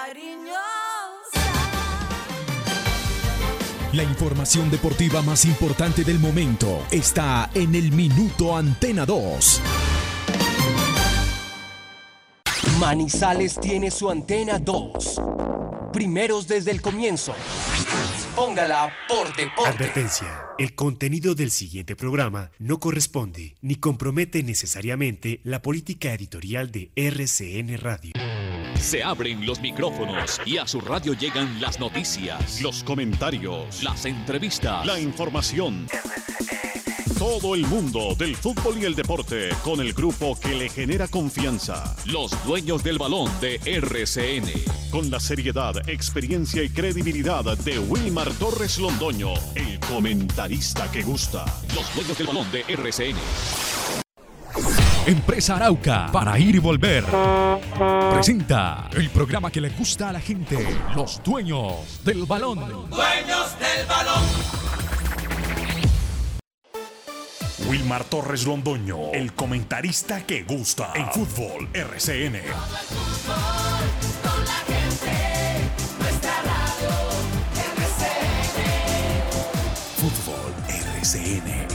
cariñosa. La información deportiva más importante del momento está en el Minuto Antena 2. Manizales tiene su Antena 2. Primeros desde el comienzo. Póngala por deporte. Advertencia. El contenido del siguiente programa no corresponde ni compromete necesariamente la política editorial de RCN Radio. Se abren los micrófonos y a su radio llegan las noticias, los comentarios, las entrevistas, la información. Todo el mundo del fútbol y el deporte con el grupo que le genera confianza. Los dueños del balón de RCN. Con la seriedad, experiencia y credibilidad de Wilmar Torres Londoño, el comentarista que gusta. Los dueños del balón de RCN. Empresa Arauca, para ir y volver, presenta el programa que le gusta a la gente, los dueños del balón. Dueños del balón. Wilmar Torres Londoño, el comentarista que gusta en Fútbol RCN. Con la gente, nuestra radio, RCN. Fútbol RCN.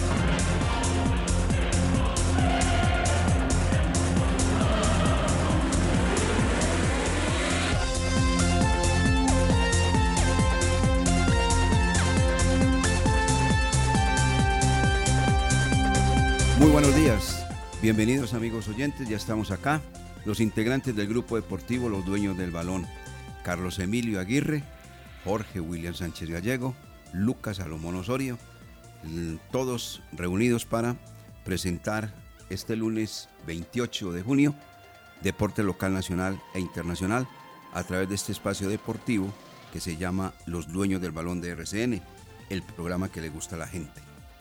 Muy buenos días, bienvenidos amigos oyentes, ya estamos acá, los integrantes del grupo deportivo Los Dueños del Balón, Carlos Emilio Aguirre, Jorge William Sánchez Gallego, Lucas Salomón Osorio, todos reunidos para presentar este lunes 28 de junio, deporte local, nacional e internacional, a través de este espacio deportivo que se llama Los Dueños del Balón de RCN, el programa que le gusta a la gente.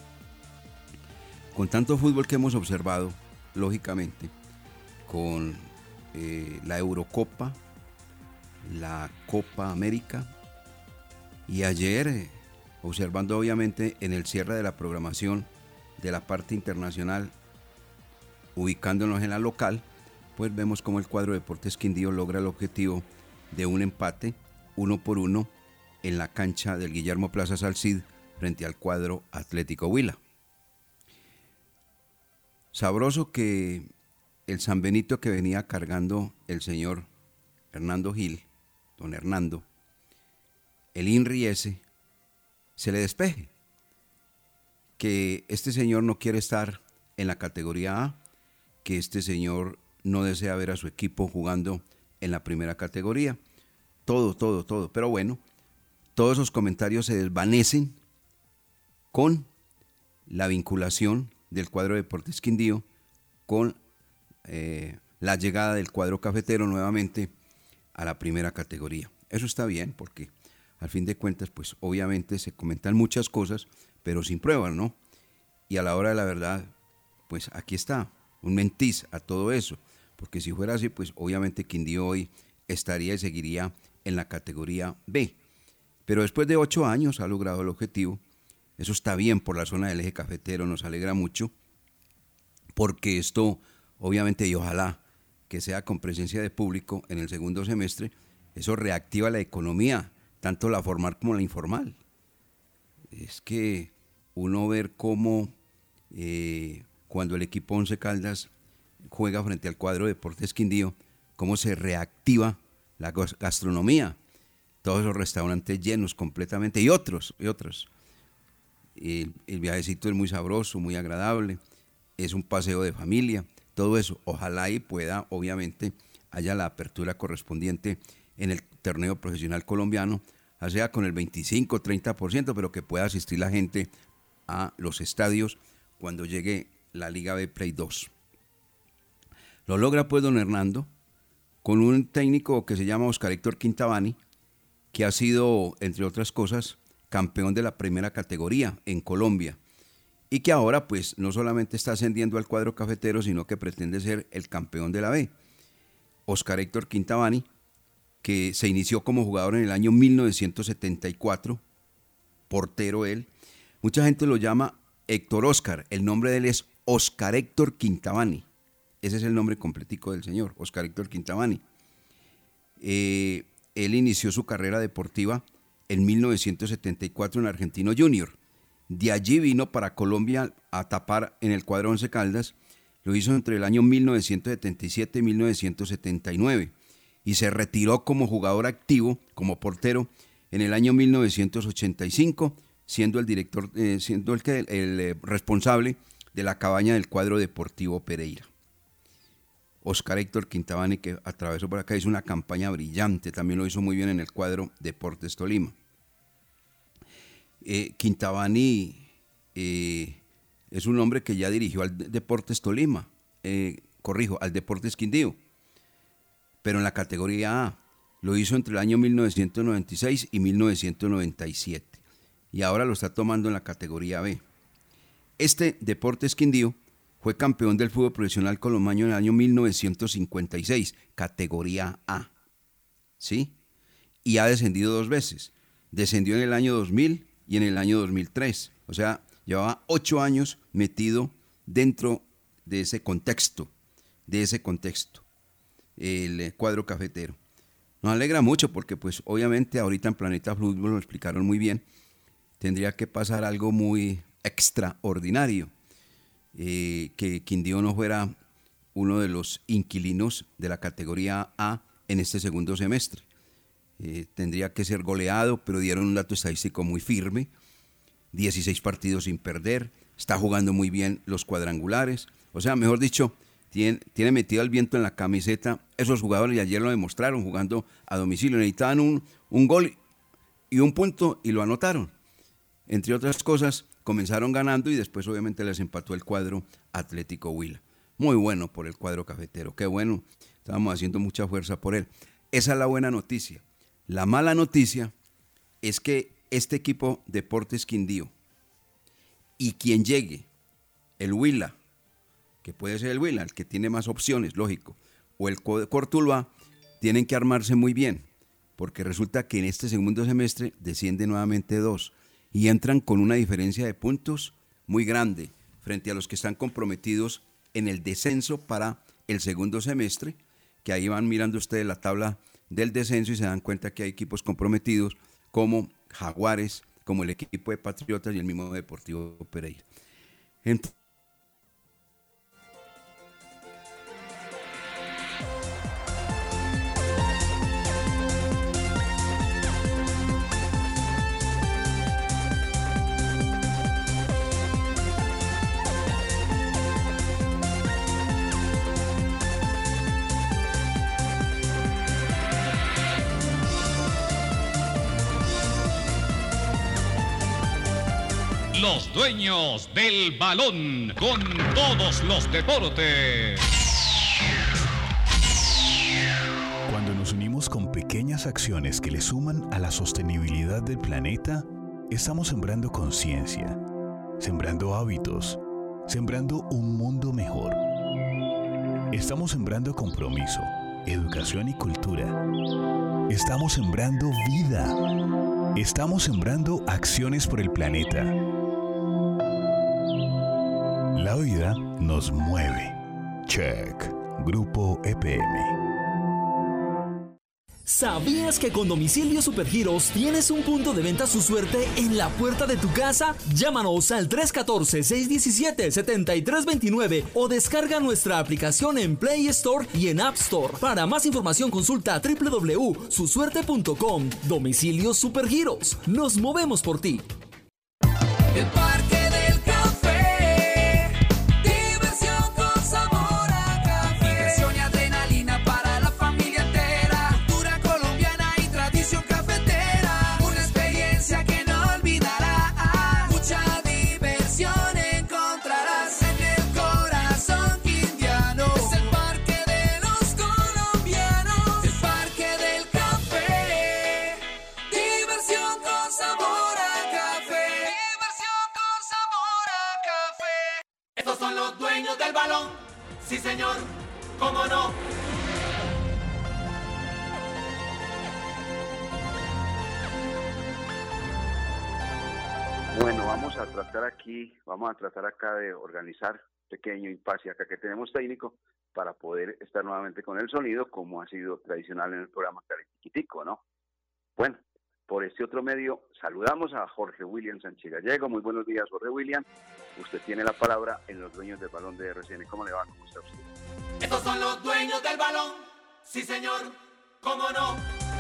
Con tanto fútbol que hemos observado, lógicamente, con la Eurocopa, la Copa América, y ayer, observando obviamente en el cierre de la programación de la parte internacional, ubicándonos en la local, pues vemos cómo el cuadro Deportes Quindío logra el objetivo de un empate 1-1 en la cancha del Guillermo Plaza Salcid frente al cuadro Atlético Huila. Sabroso que el San Benito que venía cargando el señor Hernando Gil, don Hernando, el INRI ese, se le despeje. Que este señor no quiere estar en la categoría A, que este señor no desea ver a su equipo jugando en la primera categoría. Todo. Pero bueno, todos esos comentarios se desvanecen con la vinculación del cuadro Deportes Quindío con la llegada del cuadro cafetero nuevamente a la primera categoría. Eso está bien porque al fin de cuentas pues obviamente se comentan muchas cosas pero sin pruebas, ¿no? Y a la hora de la verdad pues aquí está un mentiz a todo eso, porque si fuera así pues obviamente Quindío hoy estaría y seguiría en la categoría B, pero después de 8 años ha logrado el objetivo. Eso está bien por la zona del eje cafetero, nos alegra mucho, porque esto obviamente y ojalá que sea con presencia de público en el segundo semestre, eso reactiva la economía, tanto la formal como la informal. Es que uno ver cómo cuando el equipo Once Caldas juega frente al cuadro Deportes Quindío, cómo se reactiva la gastronomía, todos esos restaurantes llenos completamente y otros. El viajecito es muy sabroso, muy agradable, es un paseo de familia, todo eso. Ojalá y pueda, obviamente, haya la apertura correspondiente en el torneo profesional colombiano, ya sea con el 25-30%, pero que pueda asistir la gente a los estadios cuando llegue la Liga B Play 2. Lo logra pues don Hernando con un técnico que se llama Oscar Héctor Quintabani, que ha sido, entre otras cosas, campeón de la primera categoría en Colombia y que ahora pues no solamente está ascendiendo al cuadro cafetero, sino que pretende ser el campeón de la B. Oscar Héctor Quintabani, que se inició como jugador en el año 1974, portero él. Mucha gente lo llama Héctor Oscar, el nombre de él es Oscar Héctor Quintabani. Ese es el nombre completico del señor, Oscar Héctor Quintabani. él inició su carrera deportiva en 1974 en Argentino Junior. De allí vino para Colombia a tapar en el cuadro Once Caldas. Lo hizo entre el año 1977 y 1979 y se retiró como jugador activo, como portero, en el año 1985, siendo el director, siendo el responsable de la cabaña del cuadro Deportivo Pereira. Oscar Héctor Quintabani, que atravesó por acá, hizo una campaña brillante, también lo hizo muy bien en el cuadro Deportes Tolima. Quintabani es un hombre que ya dirigió al Deportes Tolima, al Deportes Quindío, pero en la categoría A. Lo hizo entre el año 1996 y 1997 y ahora lo está tomando en la categoría B. Este Deportes Quindío fue campeón del fútbol profesional colombiano en el año 1956, categoría A, ¿sí? Y ha descendido 2 veces. Descendió en el año 2000 y en el año 2003. O sea, llevaba 8 años metido dentro de ese contexto, el cuadro cafetero. Nos alegra mucho porque pues obviamente ahorita en Planeta Fútbol lo explicaron muy bien, tendría que pasar algo muy extraordinario, que Quindío no fuera uno de los inquilinos de la categoría A en este segundo semestre. Tendría que ser goleado, pero dieron un dato estadístico muy firme, 16 partidos sin perder, está jugando muy bien los cuadrangulares, o sea, mejor dicho, tiene metido el viento en la camiseta. Esos jugadores y ayer lo demostraron jugando a domicilio, necesitaban un gol y un punto y lo anotaron. Entre otras cosas, comenzaron ganando y después obviamente les empató el cuadro Atlético Huila. Muy bueno por el cuadro cafetero, qué bueno, estábamos haciendo mucha fuerza por él. Esa es la buena noticia. La mala noticia es que este equipo Deportes Quindío y quien llegue, el Huila, que puede ser el Huila, el que tiene más opciones, lógico, o el Cortuluá, tienen que armarse muy bien, porque resulta que en este segundo semestre desciende nuevamente 2 y entran con una diferencia de puntos muy grande frente a los que están comprometidos en el descenso para el segundo semestre, que ahí van mirando ustedes la tabla del descenso y se dan cuenta que hay equipos comprometidos como Jaguares, como el equipo de Patriotas y el mismo Deportivo Pereira. Los dueños del balón con todos los deportes. Cuando nos unimos con pequeñas acciones que le suman a la sostenibilidad del planeta, estamos sembrando conciencia, sembrando hábitos, sembrando un mundo mejor. Estamos sembrando compromiso, educación y cultura. Estamos sembrando vida. Estamos sembrando acciones por el planeta. La vida nos mueve. Check. Grupo EPM. ¿Sabías que con Domicilio Supergiros tienes un punto de venta Su Suerte en la puerta de tu casa? Llámanos al 314-617-7329 o descarga nuestra aplicación en Play Store y en App Store. Para más información consulta www.susuerte.com. Domicilio Supergiros. Nos movemos por ti. El Parque del Café, diversión con sabor a café, diversión y adrenalina para la familia entera, cultura colombiana y tradición cafetera, una experiencia que no olvidarás, mucha diversión encontrarás en el corazón quindiano, es el Parque de los colombianos, el Parque del Café, diversión con sabor a café. Estos son los dueños del balón, sí señor, cómo no. Bueno, vamos a tratar acá de organizar pequeño impasse acá que tenemos técnico, para poder estar nuevamente con el sonido, como ha sido tradicional en el programa Chiquitico, ¿no? Bueno, por este otro medio, saludamos a Jorge William Sánchez Gallego. Muy buenos días, Jorge William. Usted tiene la palabra en Los Dueños del Balón de RCN. ¿Cómo le va? ¿Cómo está usted? Estos son los dueños del balón, sí señor, cómo no.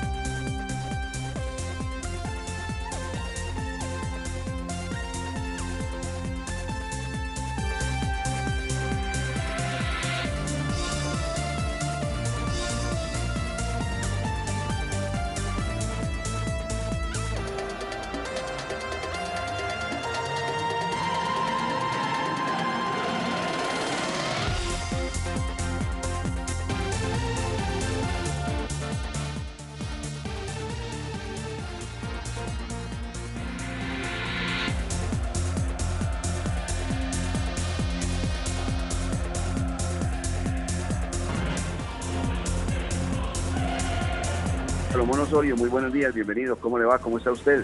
Salomón Osorio, muy buenos días, bienvenido. ¿Cómo le va? ¿Cómo está usted?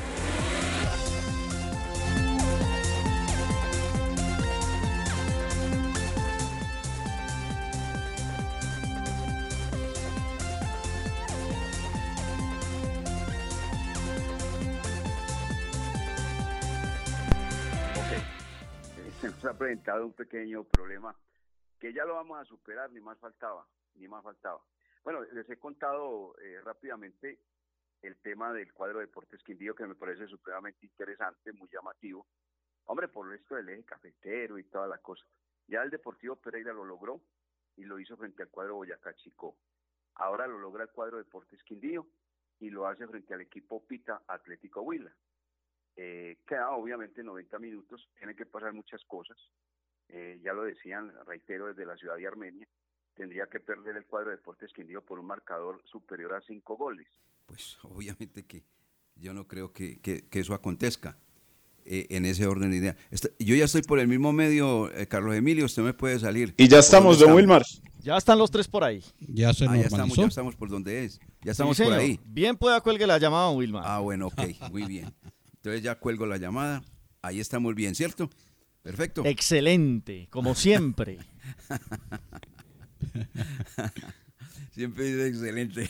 Se nos ha presentado un pequeño problema que ya lo vamos a superar, ni más faltaba. Bueno, les he contado rápidamente el tema del cuadro de Deportes Quindío, que me parece supremamente interesante, muy llamativo. Hombre, por esto del eje cafetero y toda la cosa. Ya el Deportivo Pereira lo logró y lo hizo frente al cuadro Boyacá Chicó. Ahora lo logra el cuadro de Deportes Quindío y lo hace frente al equipo Pita Atlético Huila. Queda obviamente 90 minutos, tienen que pasar muchas cosas. Ya lo decían, reitero, desde la ciudad de Armenia, tendría que perder el cuadro de Deportes Quindío por un marcador superior a 5 goles. Pues obviamente que yo no creo que eso acontezca en ese orden de idea. Yo ya estoy por el mismo medio, Carlos Emilio, usted me puede salir. Y ya estamos, don Wilmar. Ya están los tres por ahí. Ya estamos por donde es. Ya estamos por ahí. Bien pueda cuelgue la llamada, don Wilmar. Ah, bueno, ok, muy bien. Entonces ya cuelgo la llamada. Ahí estamos bien, ¿cierto? Perfecto. Excelente, como siempre. Siempre dice excelente.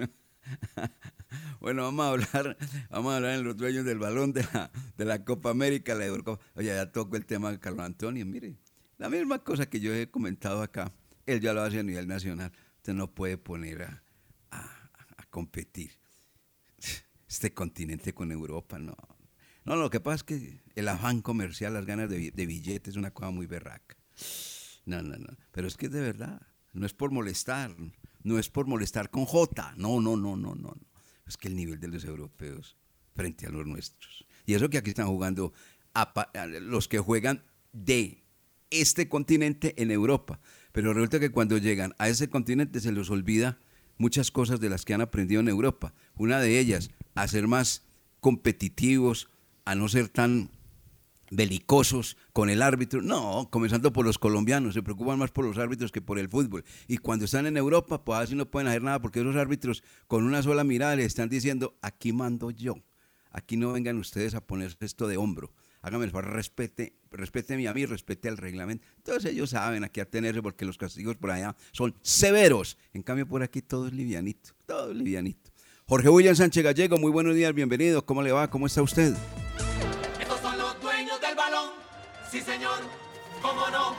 Bueno, vamos a hablar en Los Dueños del Balón de la Copa América, la Eurocopa. Oye, ya toco el tema de Carlos Antonio. Mire, la misma cosa que yo he comentado acá, él ya lo hace a nivel nacional. Usted no puede poner a competir este continente con Europa, no. No, lo que pasa es que el afán comercial, las ganas de billetes es una cosa muy berraca. No. Pero es que es de verdad. No es por molestar con J. No. Es que el nivel de los europeos frente a los nuestros. Y eso que aquí están jugando a los que juegan de este continente en Europa. Pero resulta que cuando llegan a ese continente se les olvida muchas cosas de las que han aprendido en Europa. Una de ellas, a ser más competitivos, a no ser tan belicosos con el árbitro. No, comenzando por los colombianos, se preocupan más por los árbitros que por el fútbol. Y cuando están en Europa, pues así no pueden hacer nada porque esos árbitros con una sola mirada les están diciendo, aquí mando yo. Aquí no vengan ustedes a ponerse esto de hombro. Hágame el favor, respéteme a mí, respete al reglamento. Entonces ellos saben a qué atenerse porque los castigos por allá son severos. En cambio por aquí todo es livianito, todo es livianito. Jorge William Sánchez Gallego, muy buenos días, bienvenido. ¿Cómo le va? ¿Cómo está usted? Estos son los dueños del balón, sí señor, cómo no.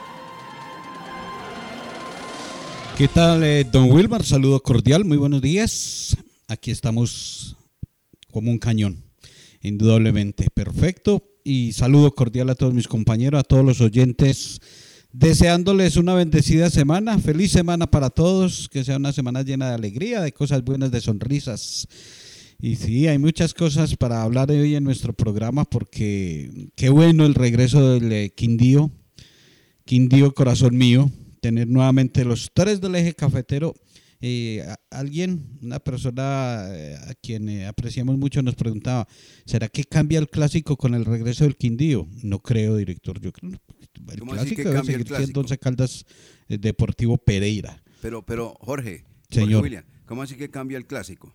¿Qué tal, don Wilmar? Saludo cordial, muy buenos días. Aquí estamos como un cañón, indudablemente, perfecto. Y saludo cordial a todos mis compañeros, a todos los oyentes, deseándoles una bendecida semana, feliz semana para todos, que sea una semana llena de alegría, de cosas buenas, de sonrisas. Y sí, hay muchas cosas para hablar hoy en nuestro programa, porque qué bueno el regreso del Quindío, corazón mío, tener nuevamente los tres del eje cafetero. Una persona a quien apreciamos mucho nos preguntaba, ¿será que cambia el clásico con el regreso del Quindío? No creo, director, yo creo el clásico debe seguir siendo Once Caldas Deportivo Pereira. Pero Jorge, señor William, ¿cómo así que cambia el clásico?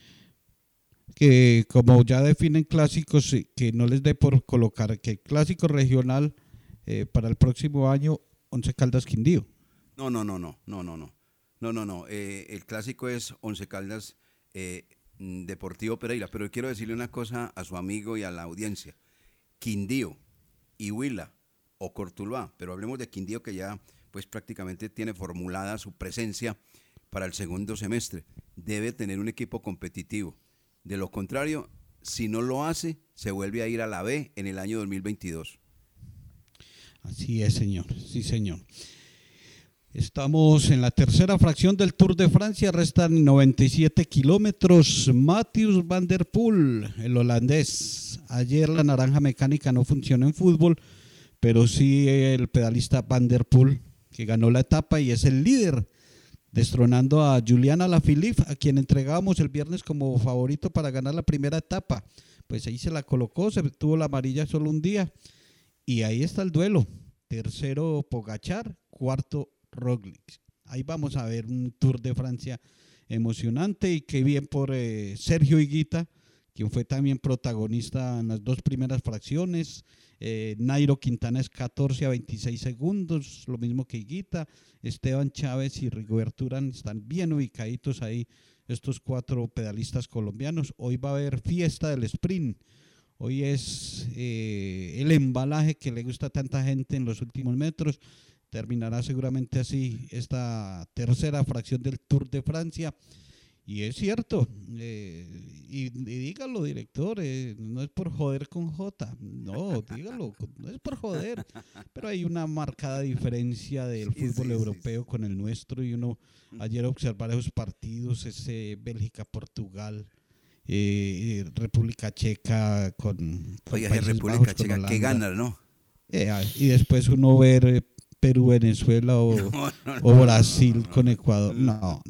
Que como ya definen clásicos, que no les dé por colocar que el clásico regional para el próximo año, Once Caldas Quindío. No. El clásico es Once Caldas Deportivo Pereira, pero quiero decirle una cosa a su amigo y a la audiencia. Quindío y Huila o Cortuluá, pero hablemos de Quindío, que ya pues prácticamente tiene formulada su presencia para el segundo semestre. Debe tener un equipo competitivo. De lo contrario, si no lo hace, se vuelve a ir a la B en el año 2022. Así es, señor. Sí, señor. Estamos en la tercera fracción del Tour de Francia, restan 97 kilómetros. Mathieu van der Poel, el holandés. Ayer la naranja mecánica no funcionó en fútbol, pero sí el pedalista Van der Poel, que ganó la etapa y es el líder, destronando a Julian Alaphilippe, a quien entregábamos el viernes como favorito para ganar la primera etapa. Pues ahí se la colocó, se tuvo la amarilla solo un día, y ahí está el duelo. Tercero Pogačar, cuarto Roglic. Ahí vamos a ver un Tour de Francia emocionante, y qué bien por Sergio Higuita, quien fue también protagonista en las dos primeras fracciones. Nairo Quintana es 14 a 26 segundos, lo mismo que Higuita. Esteban Chávez y Rigoberto Urán están bien ubicaditos ahí, estos cuatro pedalistas colombianos. Hoy va a haber fiesta del sprint. Hoy es el embalaje que le gusta a tanta gente en los últimos metros. Terminará seguramente así esta tercera fracción del Tour de Francia. Y es cierto, y dígalo, director, no es por joder con J, no, dígalo, no es por joder, pero hay una marcada diferencia del fútbol europeo con el nuestro, y uno ayer observar esos partidos, ese Bélgica-Portugal, República Checa con Países República Bajos, Checa, con qué ganas, ¿no? Y después uno ver Perú, Venezuela o Brasil con Ecuador. No.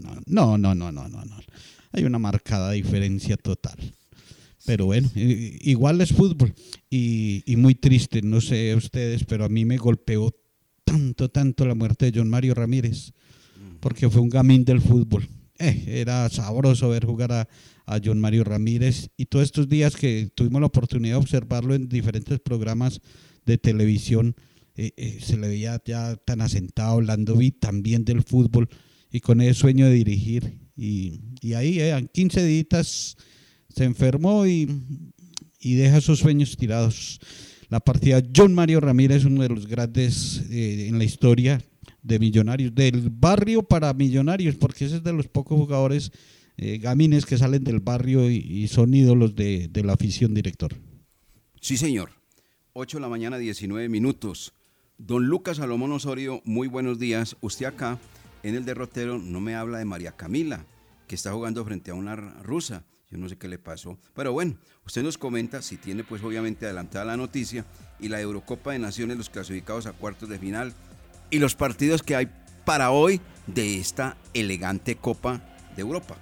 Hay una marcada diferencia total. Pero bueno, igual es fútbol. Y muy triste, no sé ustedes, pero a mí me golpeó tanto la muerte de John Mario Ramírez, porque fue un gamín del fútbol. Era sabroso ver jugar a John Mario Ramírez, y todos estos días que tuvimos la oportunidad de observarlo en diferentes programas de televisión, se le veía ya tan asentado, hablando también del fútbol y con ese sueño de dirigir, y ahí en 15 días se enfermó y deja esos sueños tirados. La partida John Mario Ramírez, uno de los grandes en la historia de Millonarios, del barrio para Millonarios, porque ese es de los pocos jugadores gamines que salen del barrio y son ídolos de la afición, director. Sí, señor. 8 de la mañana, 19 minutos. Don Lucas Salomón Osorio, muy buenos días. Usted acá en el derrotero no me habla de María Camila, que está jugando frente a una rusa. Yo no sé qué le pasó. Pero bueno, usted nos comenta, si tiene pues obviamente adelantada la noticia, y la Eurocopa de Naciones, los clasificados a cuartos de final, y los partidos que hay para hoy de esta elegante Copa de Europa.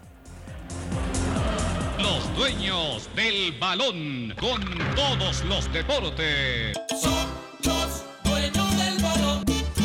Los dueños del balón, con todos los deportes. Son los dueños del balón.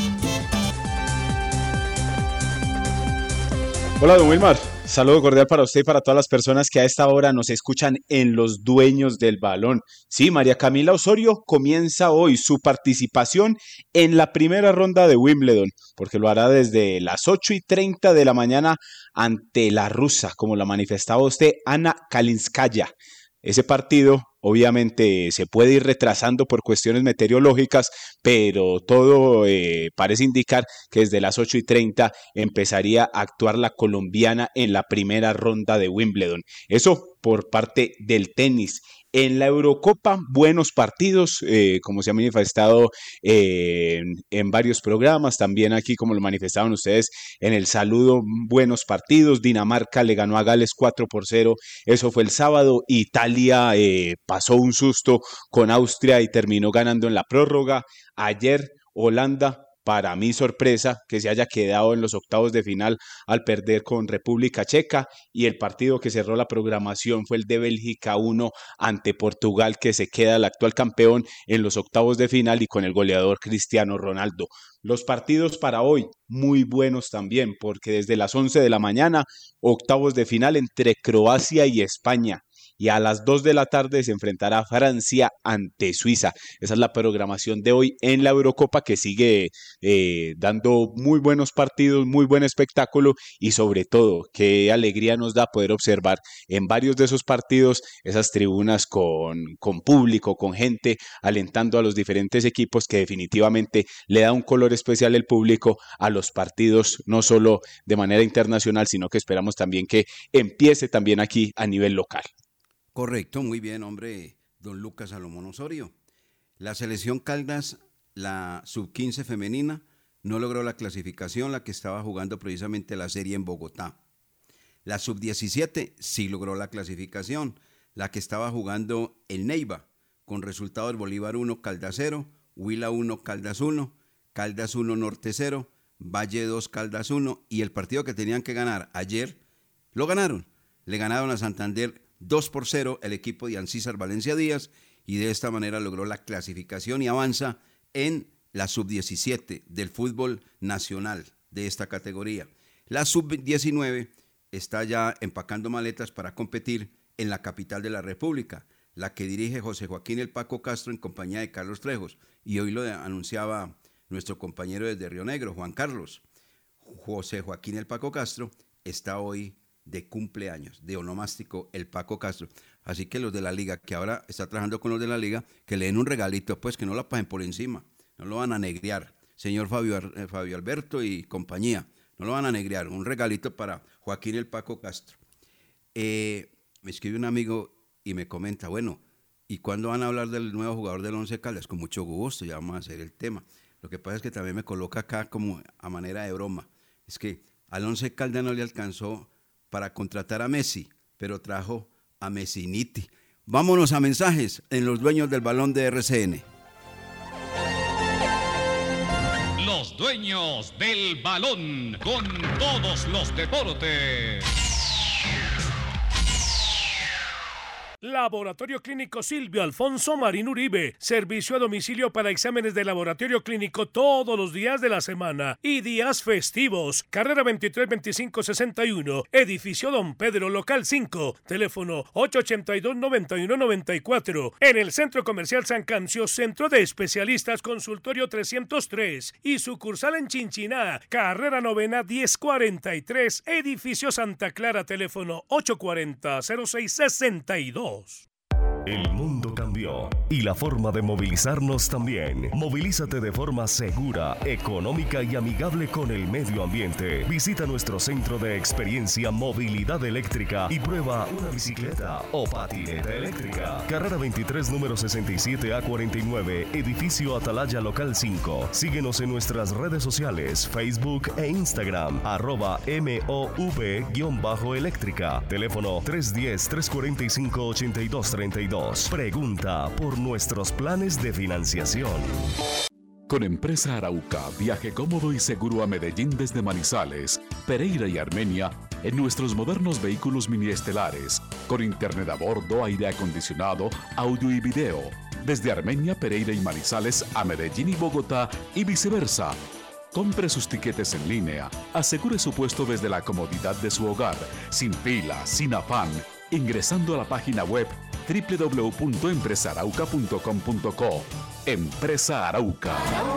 Hola, don Wilmar. Saludo cordial para usted y para todas las personas que a esta hora nos escuchan en Los Dueños del Balón. Sí, María Camila Osorio comienza hoy su participación en la primera ronda de Wimbledon, porque lo hará desde las 8:30 de la mañana ante la rusa, como la manifestaba usted, Ana Kalinskaya. Ese partido obviamente se puede ir retrasando por cuestiones meteorológicas, pero todo parece indicar que desde las 8:30 empezaría a actuar la colombiana en la primera ronda de Wimbledon. Eso por parte del tenis. En la Eurocopa, buenos partidos, como se ha manifestado en varios programas, también aquí como lo manifestaban ustedes en el saludo, buenos partidos. Dinamarca le ganó a Gales 4-0, eso fue el sábado. Italia pasó un susto con Austria y terminó ganando en la prórroga. Ayer Holanda, para mi sorpresa, que se haya quedado en los octavos de final al perder con República Checa, y el partido que cerró la programación fue el de Bélgica 1 ante Portugal, que se queda el actual campeón en los octavos de final y con el goleador Cristiano Ronaldo. Los partidos para hoy, muy buenos también, porque desde las 11 de la mañana, octavos de final entre Croacia y España. y a las 2 de la tarde se enfrentará Francia ante Suiza. Esa es la programación de hoy en la Eurocopa, que sigue dando muy buenos partidos, muy buen espectáculo, y sobre todo qué alegría nos da poder observar en varios de esos partidos esas tribunas con público, con gente alentando a los diferentes equipos, que definitivamente le da un color especial el público a los partidos, no solo de manera internacional, sino que esperamos también que empiece también aquí a nivel local. Correcto, muy bien, hombre, don Lucas Salomón Osorio. La selección Caldas, la sub-15 femenina, no logró la clasificación, la que estaba jugando precisamente la serie en Bogotá. La sub-17 sí logró la clasificación, la que estaba jugando el Neiva, con resultados Bolívar 1, Caldas 0, Huila 1, Caldas 1, Caldas 1, Norte 0, Valle 2, Caldas 1, y el partido que tenían que ganar ayer, lo ganaron. Le ganaron a Santander 2-0 el equipo de Ancísar Valencia Díaz, y de esta manera logró la clasificación y avanza en la sub-17 del fútbol nacional de esta categoría. La sub-19 está ya empacando maletas para competir en la capital de la República, la que dirige José Joaquín El Paco Castro en compañía de Carlos Trejos, y hoy lo anunciaba nuestro compañero desde Río Negro, Juan Carlos. José Joaquín El Paco Castro está hoy de cumpleaños, de onomástico El Paco Castro. Así que los de la liga, que ahora está trabajando con los de la liga, que le den un regalito, pues que no la pasen por encima, no lo van a negrear. Señor Fabio Alberto y compañía, no lo van a negrear, un regalito para Joaquín El Paco Castro. Me escribe un amigo y me comenta, bueno, ¿y cuándo van a hablar del nuevo jugador del Once Caldas? Con mucho gusto, ya vamos a hacer el tema. Lo que pasa es que también me coloca acá como a manera de broma. Es que al Once Caldas no le alcanzó para contratar a Messi, pero trajo a Messiniti. Vámonos a mensajes en los dueños del balón de RCN. Los dueños del balón, con todos los deportes. Laboratorio Clínico Silvio Alfonso Marín Uribe. Servicio a domicilio para exámenes de laboratorio clínico todos los días de la semana y días festivos. Carrera 232561, Edificio Don Pedro, local 5. Teléfono 882-9194. En el Centro Comercial San Cancio, Centro de Especialistas, Consultorio 303. Y sucursal en Chinchiná, Carrera 9 1043. Edificio Santa Clara, teléfono 840-0662. El mundo cambió y la forma de movilizarnos también. Movilízate de forma segura, económica y amigable con el medio ambiente. Visita nuestro centro de experiencia Movilidad Eléctrica y prueba una bicicleta o patineta eléctrica. Carrera 23, número 67A49, Edificio Atalaya, local 5. Síguenos en nuestras redes sociales, Facebook e Instagram, @MOV_eléctrica. Teléfono 310-345-8232. Pregunta por nuestros planes de financiación. Con Empresa Arauca, viaje cómodo y seguro a Medellín desde Manizales, Pereira y Armenia en nuestros modernos vehículos miniestelares, con internet a bordo, aire acondicionado, audio y video, desde Armenia, Pereira y Manizales a Medellín y Bogotá y viceversa. Compre sus tiquetes en línea, asegure su puesto desde la comodidad de su hogar, sin fila, sin afán, ingresando a la página web www.empresarauca.com.co. Empresa Arauca.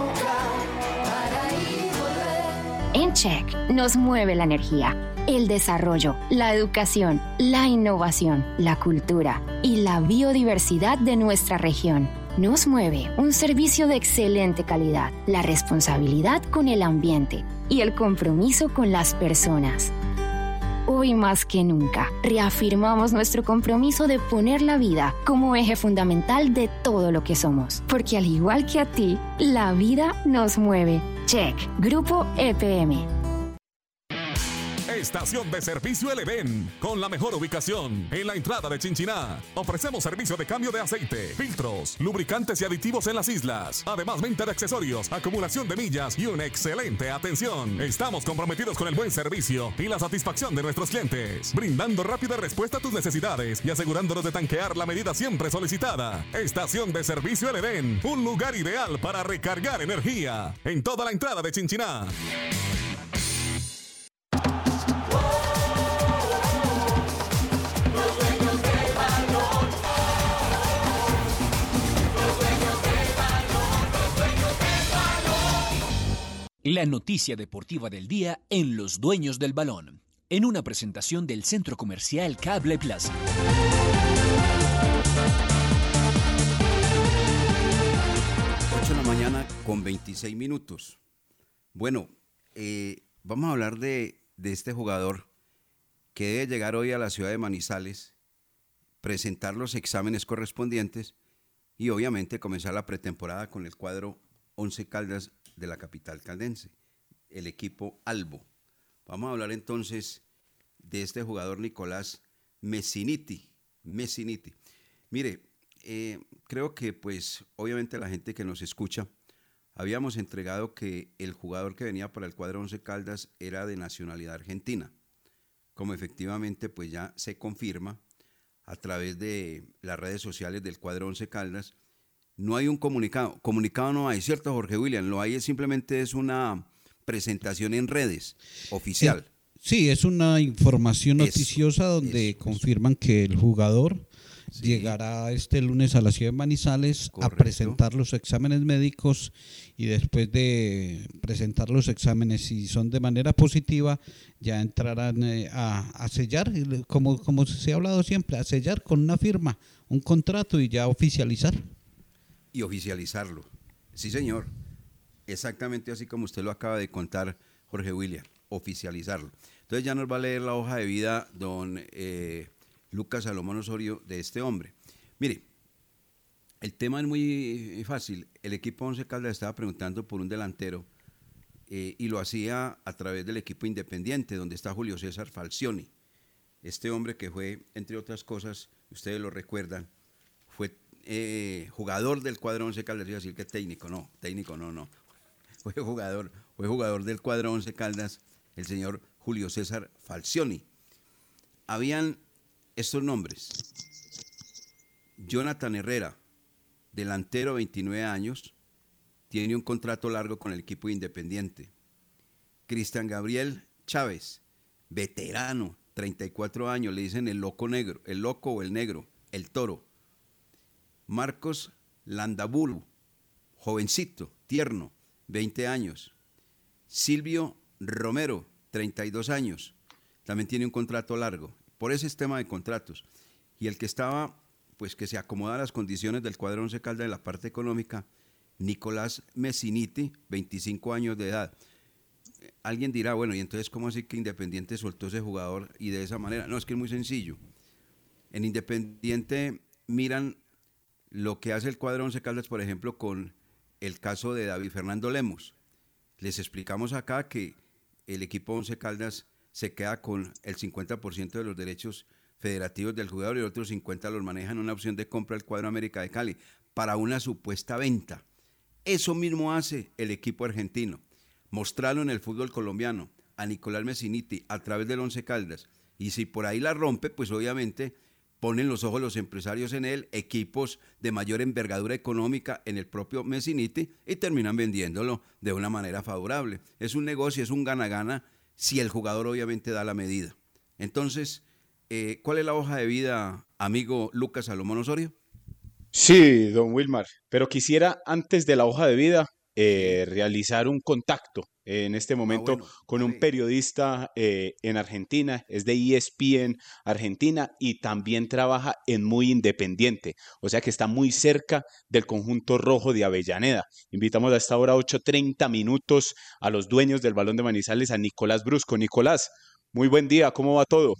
En Check nos mueve la energía, el desarrollo, la educación, la innovación, la cultura y la biodiversidad de nuestra región. Nos mueve un servicio de excelente calidad, la responsabilidad con el ambiente y el compromiso con las personas. Hoy más que nunca, reafirmamos nuestro compromiso de poner la vida como eje fundamental de todo lo que somos. Porque al igual que a ti, la vida nos mueve. Check, Grupo EPM. Estación de servicio El Edén, con la mejor ubicación en la entrada de Chinchiná. Ofrecemos servicio de cambio de aceite, filtros, lubricantes y aditivos en las islas. Además, venta de accesorios, acumulación de millas y una excelente atención. Estamos comprometidos con el buen servicio y la satisfacción de nuestros clientes, brindando rápida respuesta a tus necesidades y asegurándonos de tanquear la medida siempre solicitada. Estación de servicio El Edén, un lugar ideal para recargar energía en toda la entrada de Chinchiná. La noticia deportiva del día en Los Dueños del Balón, en una presentación del Centro Comercial Cable Plaza. 8 de la mañana con 26 minutos. Bueno, vamos a hablar de este jugador que debe llegar hoy a la ciudad de Manizales, presentar los exámenes correspondientes y obviamente comenzar la pretemporada con el cuadro Once Caldas de la capital caldense, el equipo Albo. Vamos a hablar entonces de este jugador Nicolás Messiniti. Mire, creo que pues obviamente la gente que nos escucha, habíamos entregado que el jugador que venía para el cuadro Once Caldas era de nacionalidad argentina, como efectivamente pues ya se confirma a través de las redes sociales del cuadro Once Caldas. No hay un comunicado no hay, ¿cierto, Jorge William? Lo hay, simplemente es una presentación en redes oficial. Sí, es una información noticiosa donde confirman que el jugador llegará este lunes a la ciudad de Manizales. Correcto. A presentar los exámenes médicos y después de presentar los exámenes, si son de manera positiva, ya entrarán a sellar, como se ha hablado siempre, a sellar con una firma, un contrato y ya oficializar. Y oficializarlo. Sí, señor. Exactamente así como usted lo acaba de contar, Jorge William, oficializarlo. Entonces ya nos va a leer la hoja de vida don Lucas Salomón Osorio de este hombre. Mire, el tema es muy fácil. El equipo Once Caldas estaba preguntando por un delantero y lo hacía a través del equipo Independiente, donde está Julio César Falcioni. Este hombre que fue, entre otras cosas, ustedes lo recuerdan, fue jugador del cuadro Once Caldas. Iba a decir que técnico no. Fue jugador del cuadro Once Caldas, el señor Julio César Falcioni. Habían estos nombres: Jonathan Herrera, delantero, 29 años, tiene un contrato largo con el equipo Independiente. Cristian Gabriel Chávez, veterano, 34 años, le dicen el loco negro, el loco o el negro, el toro. Marcos Landaburu, jovencito, tierno, 20 años. Silvio Romero, 32 años, también tiene un contrato largo. Por ese tema de contratos. Y el que estaba, pues que se acomoda a las condiciones del cuadro Once Caldas en la parte económica, Nicolás Messiniti, 25 años de edad. Alguien dirá, bueno, ¿y entonces cómo así que Independiente soltó ese jugador y de esa manera? No, es que es muy sencillo. En Independiente miran lo que hace el cuadro Once Caldas, por ejemplo, con el caso de David Fernando Lemos. Les explicamos acá que el equipo Once Caldas se queda con el 50% de los derechos federativos del jugador y el otro 50% los manejan una opción de compra del cuadro América de Cali para una supuesta venta. Eso mismo hace el equipo argentino, mostrarlo en el fútbol colombiano a Nicolás Messiniti a través del Once Caldas, y si por ahí la rompe, pues obviamente ponen los ojos los empresarios en él, equipos de mayor envergadura económica en el propio Messiniti, y terminan vendiéndolo de una manera favorable. Es un negocio, es un gana-gana, si el jugador obviamente da la medida. Entonces, ¿cuál es la hoja de vida, amigo Lucas Salomón Osorio? Sí, don Wilmar, pero quisiera antes de la hoja de vida realizar un contacto en este momento con un periodista en Argentina, es de ESPN Argentina y también trabaja en Muy Independiente, o sea que está muy cerca del conjunto rojo de Avellaneda. Invitamos a esta hora 8:30 minutos a los dueños del Balón de Manizales, a Nicolás Brusco. Nicolás, muy buen día, ¿cómo va todo?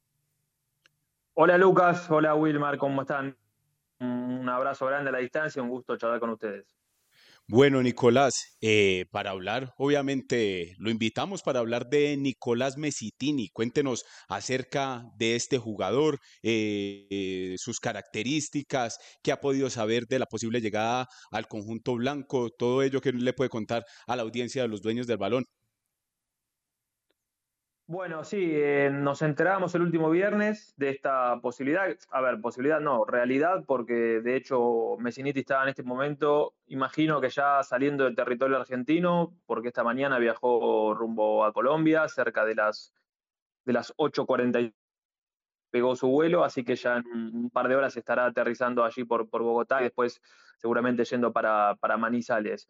Hola Lucas, hola Wilmar, ¿cómo están? Un abrazo grande a la distancia, un gusto charlar con ustedes. Bueno, Nicolás, para hablar, obviamente, lo invitamos para hablar de Nicolás Messiniti. Cuéntenos acerca de este jugador, sus características, qué ha podido saber de la posible llegada al conjunto blanco, todo ello que le puede contar a la audiencia de los dueños del balón. Bueno, sí, nos enteramos el último viernes de esta posibilidad. A ver, posibilidad no, realidad, porque de hecho Messiniti está en este momento, imagino que ya saliendo del territorio argentino, porque esta mañana viajó rumbo a Colombia, cerca de las 8:40 pegó su vuelo, así que ya en un par de horas estará aterrizando allí por Bogotá y después seguramente yendo para Manizales.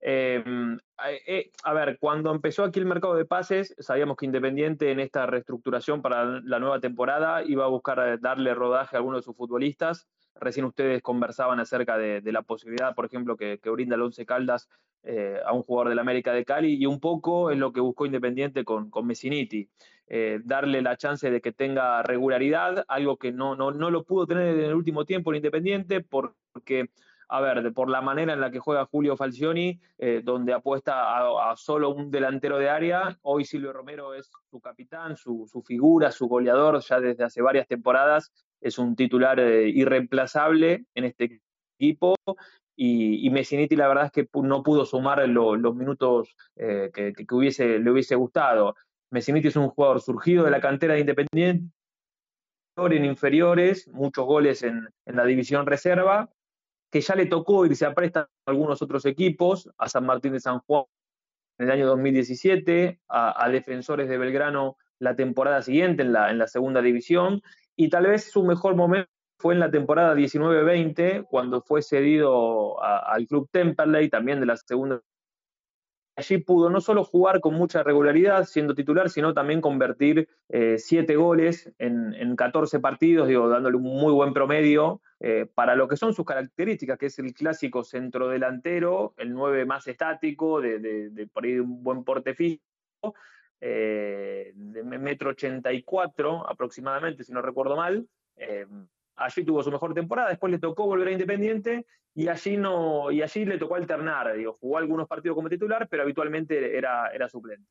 A ver, cuando empezó aquí el mercado de pases, sabíamos que Independiente en esta reestructuración para la nueva temporada iba a buscar darle rodaje a algunos de sus futbolistas. Recién ustedes conversaban acerca de la posibilidad, por ejemplo, que brinda el Once Caldas a un jugador del América de Cali, y un poco es lo que buscó Independiente con Messiniti. Darle la chance de que tenga regularidad, algo que no lo pudo tener en el último tiempo en Independiente, porque, a ver, por la manera en la que juega Julio Falcioni, donde apuesta a solo un delantero de área. Hoy Silvio Romero es su capitán, su figura, su goleador, ya desde hace varias temporadas, es un titular irreemplazable en este equipo, y Messiniti la verdad es que no pudo sumar los minutos que le hubiese gustado. Messiniti es un jugador surgido de la cantera de Independiente, en inferiores, muchos goles en la división reserva, que ya le tocó irse a préstamo a algunos otros equipos, a San Martín de San Juan en el año 2017, a Defensores de Belgrano la temporada siguiente en la segunda división, y tal vez su mejor momento fue en la temporada 19-20, cuando fue cedido al club Temperley, también de la segunda. Allí pudo no solo jugar con mucha regularidad siendo titular, sino también convertir 7 goles en 14 partidos, dándole un muy buen promedio para lo que son sus características, que es el clásico centrodelantero, el 9 más estático, de por ahí un buen porte físico, de 1,84 m aproximadamente, si no recuerdo mal. Allí tuvo su mejor temporada, después le tocó volver a Independiente y allí le tocó alternar, jugó algunos partidos como titular, pero habitualmente era suplente.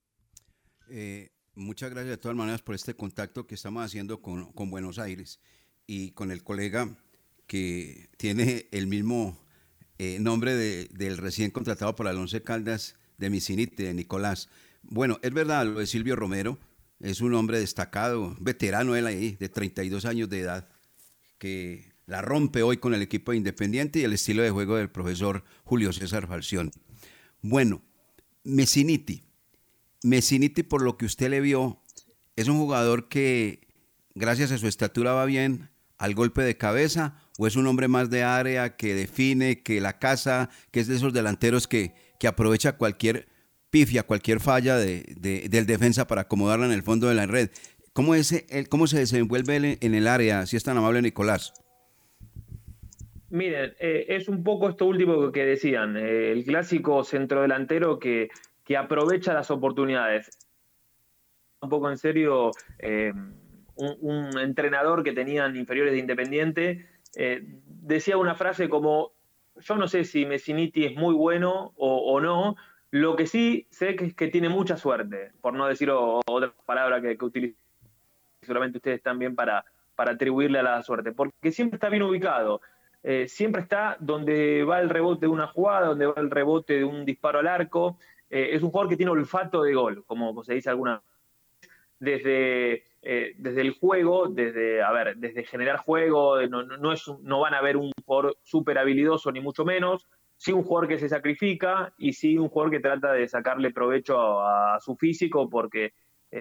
Muchas gracias de todas maneras por este contacto que estamos haciendo con Buenos Aires y con el colega que tiene el mismo nombre del recién contratado para el Once Caldas de Messiniti, de Nicolás. Bueno, es verdad lo de Silvio Romero, es un hombre destacado, veterano él ahí, de 32 años de edad, que la rompe hoy con el equipo de Independiente y el estilo de juego del profesor Julio César Falcioni. Bueno, Messiniti, por lo que usted le vio, es un jugador que gracias a su estatura va bien al golpe de cabeza, o es un hombre más de área que define, que la caza, que es de esos delanteros que aprovecha cualquier pifia, cualquier falla del defensa para acomodarla en el fondo de la red. ¿Cómo se desenvuelve él en el área, si es tan amable, Nicolás? Miren, es un poco esto último que decían, el clásico centrodelantero que aprovecha las oportunidades. Un poco en serio, un entrenador que tenían inferiores de Independiente decía una frase como: yo no sé si Messiniti es muy bueno o no, lo que sí sé es que tiene mucha suerte, por no decir otra palabra que utilizo seguramente ustedes también para atribuirle a la suerte, porque siempre está bien ubicado, siempre está donde va el rebote de una jugada, donde va el rebote de un disparo al arco. Es un jugador que tiene olfato de gol, como se dice alguna vez, desde el juego, desde generar juego. No van a ver un jugador súper habilidoso ni mucho menos, sí un jugador que se sacrifica y sí un jugador que trata de sacarle provecho a su físico, porque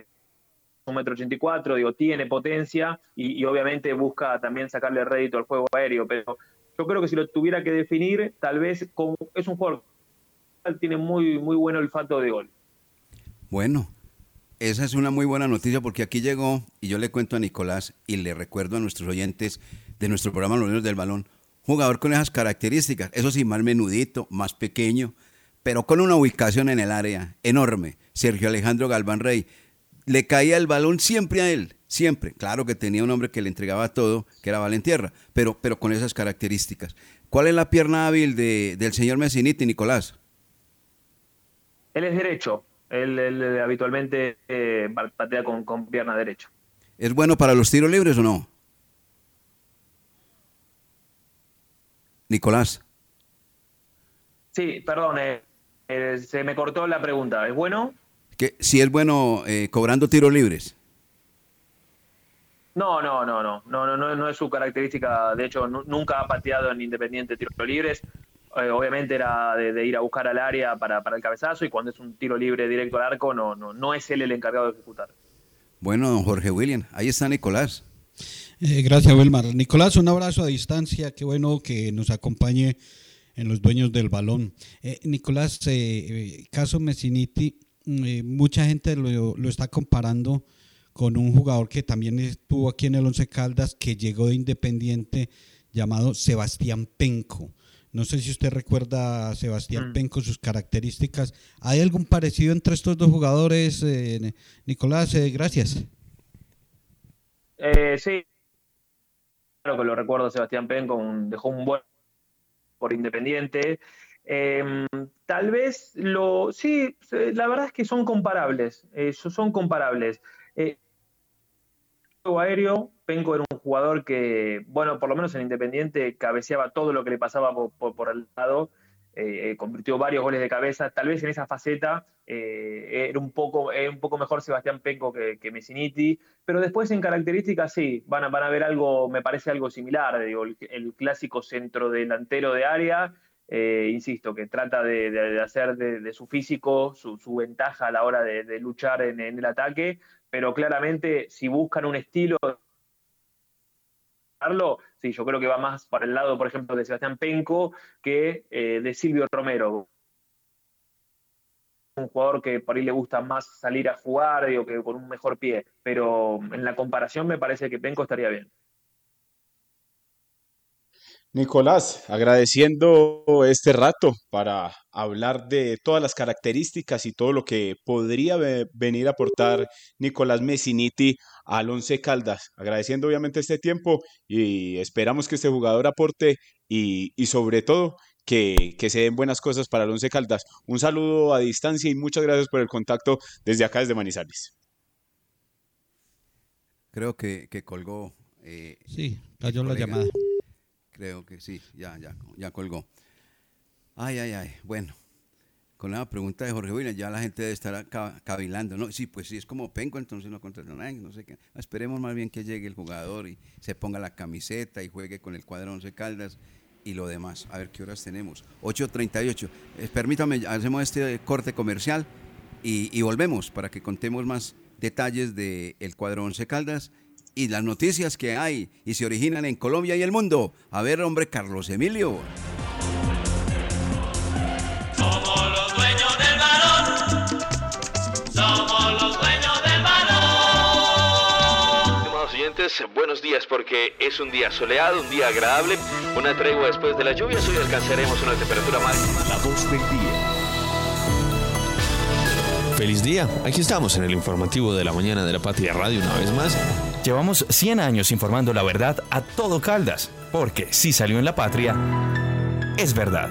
1,84 m, tiene potencia y obviamente busca también sacarle rédito al juego aéreo, pero yo creo que si lo tuviera que definir, tal vez es un jugador que tiene muy, muy buen olfato de gol. Bueno, esa es una muy buena noticia, porque aquí llegó, y yo le cuento a Nicolás y le recuerdo a nuestros oyentes de nuestro programa Los Dueños del Balón, jugador con esas características, eso sí, más menudito, más pequeño, pero con una ubicación en el área enorme. Sergio Alejandro Galván Rey, le caía el balón siempre a él, siempre. Claro que tenía un hombre que le entregaba todo, que era Valentierra, pero con esas características. ¿Cuál es la pierna hábil del señor Messiniti, Nicolás? Él es derecho, él habitualmente patea con pierna derecha. ¿Es bueno para los tiros libres o no? Nicolás. Sí, perdón, se me cortó la pregunta. ¿Es bueno? Que si es bueno cobrando tiros libres. No es su característica. De hecho, nunca ha pateado en Independiente tiros libres. Obviamente era de ir a buscar al área para el cabezazo, y cuando es un tiro libre directo al arco, no es él el encargado de ejecutar. Bueno, don Jorge William, ahí está Nicolás. Gracias, Wilmar. Nicolás, un abrazo a distancia. Qué bueno que nos acompañe en los dueños del balón. Nicolás, caso Messiniti, mucha gente lo está comparando con un jugador que también estuvo aquí en el Once Caldas, que llegó de Independiente, llamado Sebastián Penco. No sé si usted recuerda a Sebastián Penco, sus características. ¿Hay algún parecido entre estos dos jugadores, Nicolás? Gracias. Sí, claro que lo recuerdo. Sebastián Penco dejó un buen por Independiente. Tal vez sí, la verdad es que son comparables. Aéreo, Penco era un jugador que, bueno, por lo menos en Independiente cabeceaba todo lo que le pasaba por el lado, convirtió varios goles de cabeza. Tal vez en esa faceta era un poco mejor Sebastián Penco que Messiniti, pero después en características sí, van a ver algo, me parece algo similar, digo, el clásico centrodelantero de área, insisto, que trata de hacer de su físico su ventaja a la hora de luchar en el ataque, pero claramente si buscan un estilo, sí, yo creo que va más para el lado, por ejemplo, de Sebastián Penco que de Silvio Romero. Un jugador que por ahí le gusta más salir a jugar, digo, que con un mejor pie, pero en la comparación me parece que Penco estaría bien. Nicolás, agradeciendo este rato para hablar de todas las características y todo lo que podría venir a aportar Nicolás Messiniti al Once Caldas. Agradeciendo obviamente este tiempo y esperamos que este jugador aporte y sobre todo que se den buenas cosas para el Once Caldas. Un saludo a distancia y muchas gracias por el contacto desde acá, desde Manizales. Creo que colgó. Sí, cayó la llamada. Creo que sí, ya colgó. Ay. Bueno, con la pregunta de Jorge Williams, ya la gente debe estar cavilando. No, sí, pues sí, es como Penco, entonces no contratan a nadie, no sé qué. Esperemos más bien que llegue el jugador y se ponga la camiseta y juegue con el cuadro Once Caldas y lo demás. A ver qué horas tenemos. 8:38. Permítame, hacemos este corte comercial y volvemos para que contemos más detalles del cuadro Once Caldas y las noticias que hay y se originan en Colombia y el mundo. A ver, hombre, Carlos Emilio. Somos los dueños del balón. Somos los dueños del balón. Estimados oyentes, buenos días, porque es un día soleado, un día agradable, una tregua después de las lluvias. Hoy alcanzaremos una temperatura máxima. La voz del día. Feliz día, aquí estamos en el informativo de la mañana de la Patria Radio una vez más. Llevamos 100 años informando la verdad a todo Caldas, porque si salió en la Patria, es verdad.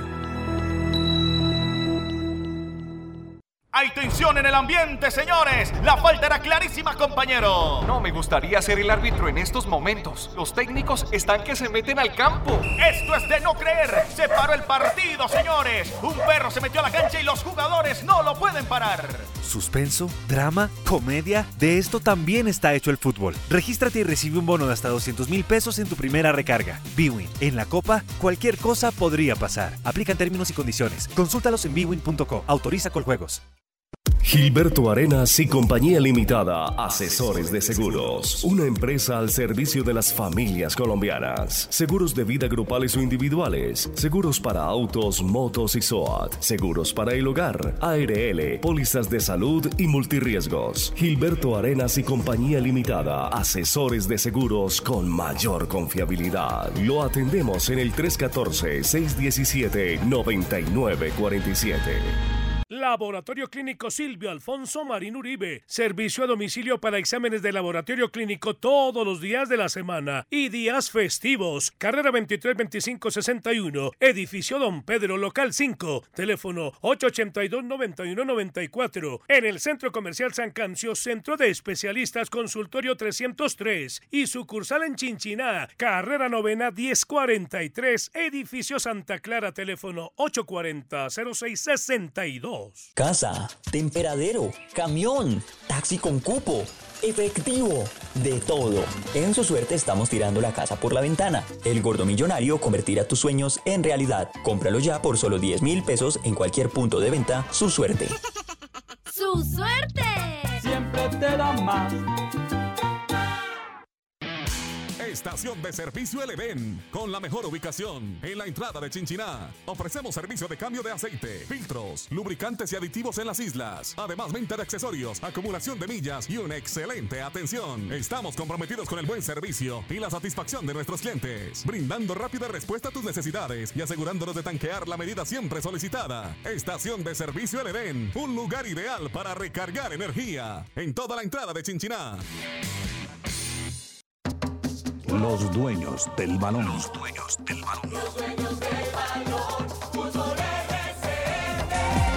Hay tensión en el ambiente, señores. La falta era clarísima, compañero. No me gustaría ser el árbitro en estos momentos. Los técnicos están que se meten al campo. Esto es de no creer. Se paró el partido, señores. Un perro se metió a la cancha y los jugadores no lo pueden parar. Suspenso, drama, comedia, de esto también está hecho el fútbol. Regístrate y recibe un bono de hasta 200,000 pesos en tu primera recarga. bwin. En la Copa, cualquier cosa podría pasar. Aplican términos y condiciones. Consúltalos en bwin.co. Autoriza Coljuegos. Gilberto Arenas y Compañía Limitada, Asesores de Seguros, una empresa al servicio de las familias colombianas. Seguros de vida grupales o individuales, seguros para autos, motos y SOAT, seguros para el hogar, ARL, pólizas de salud y multirriesgos. Gilberto Arenas y Compañía Limitada, Asesores de Seguros con mayor confiabilidad. Lo atendemos en el 314-617-9947. Laboratorio Clínico Silvio Alfonso Marín Uribe. Servicio a domicilio para exámenes de laboratorio clínico todos los días de la semana y días festivos. Carrera 232561, Edificio Don Pedro, local 5. Teléfono 882-9194. En el Centro Comercial San Cancio, Centro de Especialistas, Consultorio 303. Y sucursal en Chinchiná, Carrera Novena 1043. Edificio Santa Clara, teléfono 840-0662. Casa, temperadero, camión, taxi con cupo, efectivo, de todo. En Su Suerte estamos tirando la casa por la ventana. El Gordo Millonario convertirá tus sueños en realidad. Cómpralo ya por solo 10,000 pesos en cualquier punto de venta. Su Suerte. ¡Su suerte! Siempre te da más. Estación de servicio El Edén, con la mejor ubicación en la entrada de Chinchiná. Ofrecemos servicio de cambio de aceite, filtros, lubricantes y aditivos en las islas. Además, venta de accesorios, acumulación de millas y una excelente atención. Estamos comprometidos con el buen servicio y la satisfacción de nuestros clientes, brindando rápida respuesta a tus necesidades y asegurándonos de tanquear la medida siempre solicitada. Estación de servicio El Edén, un lugar ideal para recargar energía en toda la entrada de Chinchiná. Los dueños del balón. Los dueños del balón. Los dueños del balón. Fútbol RCN.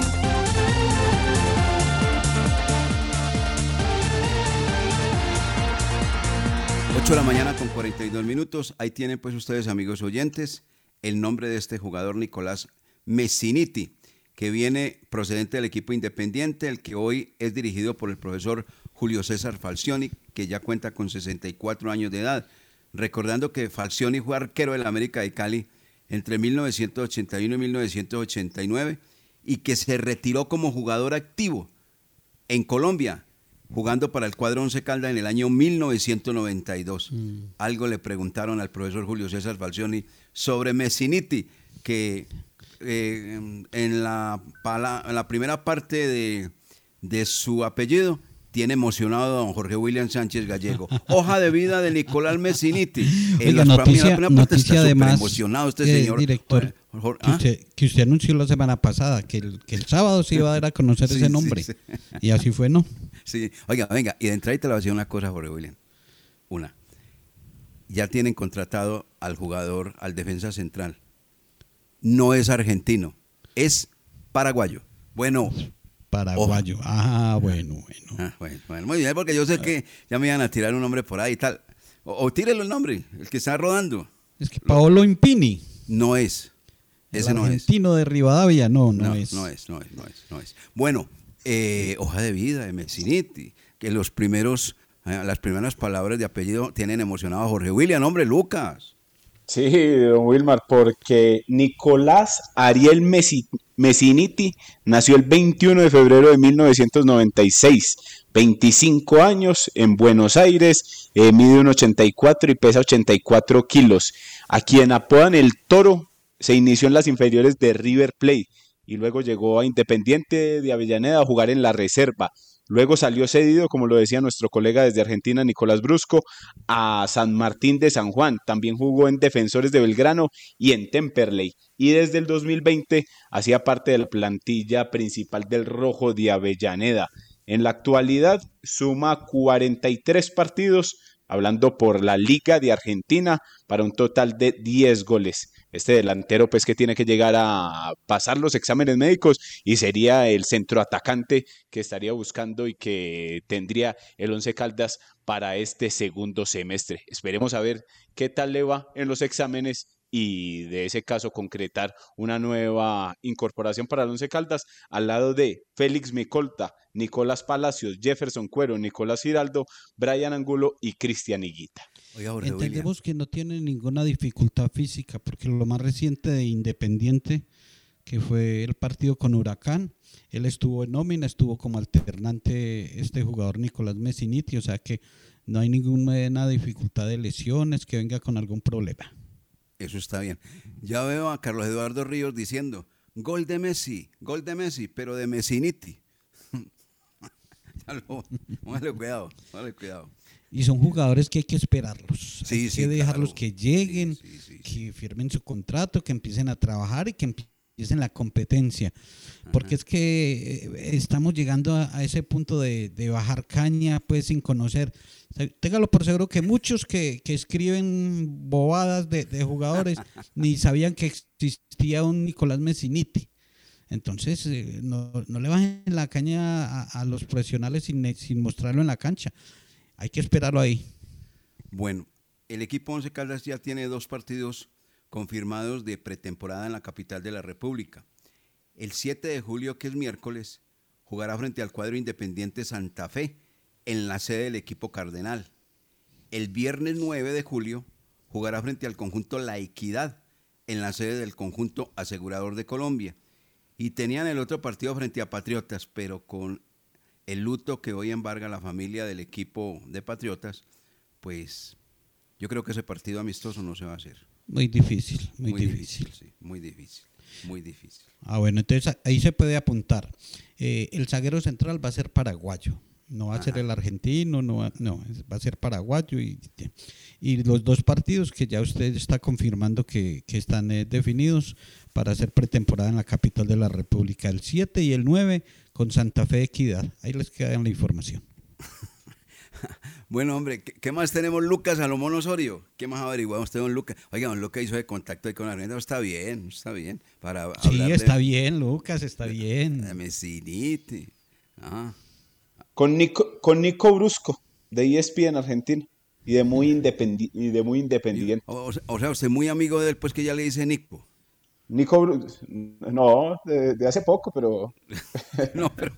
8 de la mañana con 42 minutos. Ahí tienen pues ustedes, amigos oyentes, el nombre de este jugador, Nicolás Messiniti, que viene procedente del equipo Independiente, el que hoy es dirigido por el profesor Julio César Falcioni, que ya cuenta con 64 años de edad. Recordando que Falcioni fue arquero del América de Cali entre 1981 y 1989 y que se retiró como jugador activo en Colombia, jugando para el cuadro Once Caldas en el año 1992. Algo le preguntaron al profesor Julio César Falcioni sobre Messiniti, que en la primera parte de su apellido tiene emocionado a don Jorge William Sánchez Gallego. Hoja de vida de Nicolás Messiniti. Oiga, noticia además, emocionado este señor. Director, que usted anunció la semana pasada que el sábado se iba a dar a conocer ese nombre. Sí. Y así fue, ¿no? Sí. Oiga, venga, y de entrada te le voy a decir una cosa, Jorge William. Ya tienen contratado al jugador, al defensa central. No es argentino, es paraguayo. Bueno, paraguayo. Bueno. Bueno, muy bien, porque yo sé que ya me iban a tirar un nombre por ahí y tal. O tírelo el nombre, el que está rodando. Es que Paolo Impini. No es. Ese no es. Argentino de Rivadavia, no es. No es. Bueno, hoja de vida de Messiniti, que las primeras palabras de apellido tienen emocionado a Jorge William, hombre, Lucas. Sí, don Wilmar, porque Nicolás Ariel Messiniti nació el 21 de febrero de 1996, 25 años, en Buenos Aires, mide 1,84 y pesa 84 kilos. A quien apodan el Toro, se inició en las inferiores de River Plate y luego llegó a Independiente de Avellaneda a jugar en la reserva. Luego salió cedido, como lo decía nuestro colega desde Argentina, Nicolás Brusco, a San Martín de San Juan. También jugó en Defensores de Belgrano y en Temperley. Y desde el 2020 hacía parte de la plantilla principal del Rojo de Avellaneda. En la actualidad suma 43 partidos, hablando por la Liga de Argentina, para un total de 10 goles. Este delantero pues que tiene que llegar a pasar los exámenes médicos y sería el centroatacante que estaría buscando y que tendría el Once Caldas para este segundo semestre. Esperemos a ver qué tal le va en los exámenes y de ese caso concretar una nueva incorporación para el Once Caldas al lado de Félix Micolta, Nicolás Palacios, Jefferson Cuero, Nicolás Giraldo, Brian Angulo y Cristian Higuita. Entendemos que no tiene ninguna dificultad física, porque lo más reciente de Independiente, que fue el partido con Huracán, él estuvo en nómina, estuvo como alternante este jugador Nicolás Messiniti, o sea que no hay ninguna dificultad de lesiones, que venga con algún problema. Eso está bien. Ya veo a Carlos Eduardo Ríos diciendo, gol de Messi, pero de Messiniti. Póngale cuidado. Y son jugadores que hay que esperarlos, hay que dejarlos que lleguen, que firmen su contrato, que empiecen a trabajar y que empiecen la competencia. Porque es que estamos llegando a ese punto de bajar caña pues sin conocer. Téngalo por seguro que muchos que escriben bobadas de jugadores ni sabían que existía un Nicolás Messiniti. Entonces no le bajen la caña a los profesionales sin mostrarlo en la cancha. Hay que esperarlo ahí. Bueno, el equipo Once Caldas ya tiene 2 partidos confirmados de pretemporada en la capital de la República. El 7 de julio, que es miércoles, jugará frente al cuadro Independiente Santa Fe en la sede del equipo Cardenal. El viernes 9 de julio jugará frente al conjunto La Equidad en la sede del conjunto Asegurador de Colombia. Y tenían el otro partido frente a Patriotas, pero con el luto que hoy embarga la familia del equipo de Patriotas, pues Yo creo que ese partido amistoso no se va a hacer. Muy difícil, muy difícil. Sí, muy difícil, muy difícil. Bueno, entonces ahí se puede apuntar. El zaguero central va a ser paraguayo. No va a ser el argentino, no, va a ser paraguayo. Y los dos partidos que ya usted está confirmando que están definidos para hacer pretemporada en la capital de la República, el 7 y el 9 con Santa Fe Equidad. Ahí les queda la información. Bueno, hombre, ¿qué más tenemos, Lucas Salomón Osorio? ¿Qué más averiguamos usted, don Lucas? Oiga, don Lucas hizo de contacto ahí con Argentina. Está bien. Para sí, está bien, Lucas, está bien. De Messiniti. Con Nico Brusco, de ESPN Argentina, y de muy independiente. O sea, usted es muy amigo de él, pues que ya le dice Nico. Nico, no, de hace poco, pero... No, pero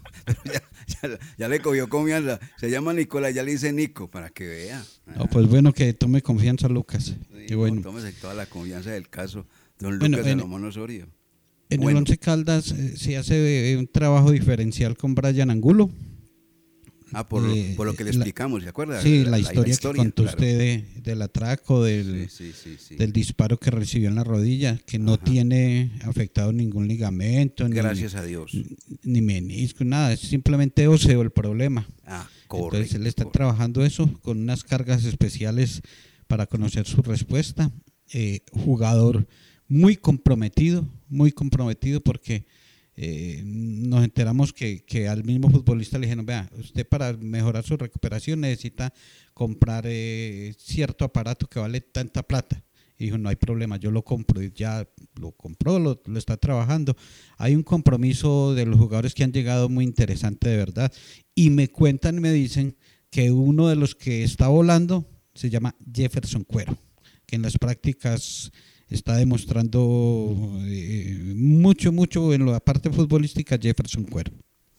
ya le cogió confianza. Se llama Nicolás, ya le dice Nico, para que vea. No, pues bueno, que tome confianza, Lucas. Sí, Qué bueno. Tómese toda la confianza del caso, don Lucas Salomón Osorio. En el Once Caldas se hace un trabajo diferencial con Brian Angulo. Por lo que le explicamos, ¿se acuerda? Sí, la historia que contó usted del atraco, del disparo que recibió en la rodilla, que no tiene afectado ningún ligamento. Gracias a Dios. Ni menisco, nada, es simplemente óseo el problema. Correcto. Entonces él está trabajando eso con unas cargas especiales para conocer su respuesta. Jugador muy comprometido porque... nos enteramos que al mismo futbolista le dijeron, vea, usted para mejorar su recuperación necesita comprar cierto aparato que vale tanta plata. Y dijo, no hay problema, yo lo compro. Y ya lo compró, lo está trabajando. Hay un compromiso de los jugadores que han llegado muy interesante, de verdad. Y me cuentan, me dicen que uno de los que está volando se llama Jefferson Cuero, que en las prácticas está demostrando mucho en la parte futbolística Jefferson Cuero.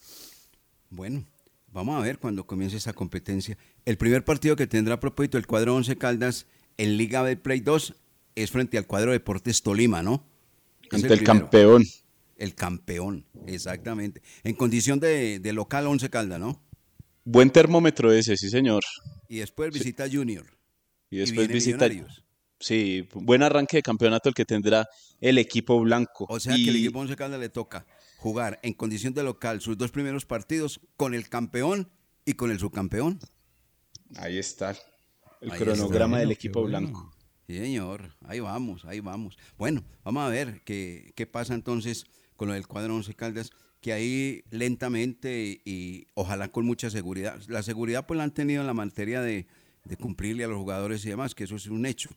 Bueno, vamos a ver cuando comience esa competencia. El primer partido que tendrá a propósito el cuadro Once Caldas en Liga Betplay 2 es frente al cuadro Deportes Tolima, ¿no? Ante el campeón. El campeón, exactamente. En condición de local Once Caldas, ¿no? Buen termómetro ese, sí señor. Y después visita Junior. Y después visita... Sí, buen arranque de campeonato el que tendrá el equipo blanco. O sea que el equipo Once Caldas le toca jugar en condición de local sus dos primeros partidos con el campeón y con el subcampeón. Ahí está el cronograma del equipo blanco. Sí, señor, ahí vamos. Bueno, vamos a ver qué pasa entonces con lo del cuadro Once Caldas, que ahí lentamente y ojalá con mucha seguridad. La seguridad pues la han tenido en la materia de cumplirle a los jugadores y demás, que eso es un hecho.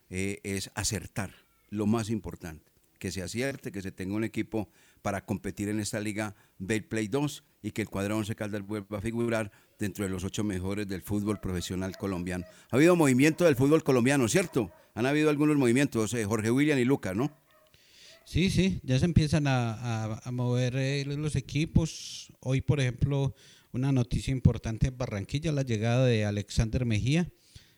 Es acertar, lo más importante, que se acierte, que se tenga un equipo para competir en esta Liga Betplay 2 y que el cuadro Once Caldas vuelva a figurar dentro de los 8 mejores del fútbol profesional colombiano. Ha habido movimiento del fútbol colombiano, ¿cierto? Han habido algunos movimientos, Jorge William y Lucas, ¿no? Sí, ya se empiezan a mover los equipos. Hoy, por ejemplo, una noticia importante en Barranquilla, la llegada de Alexander Mejía.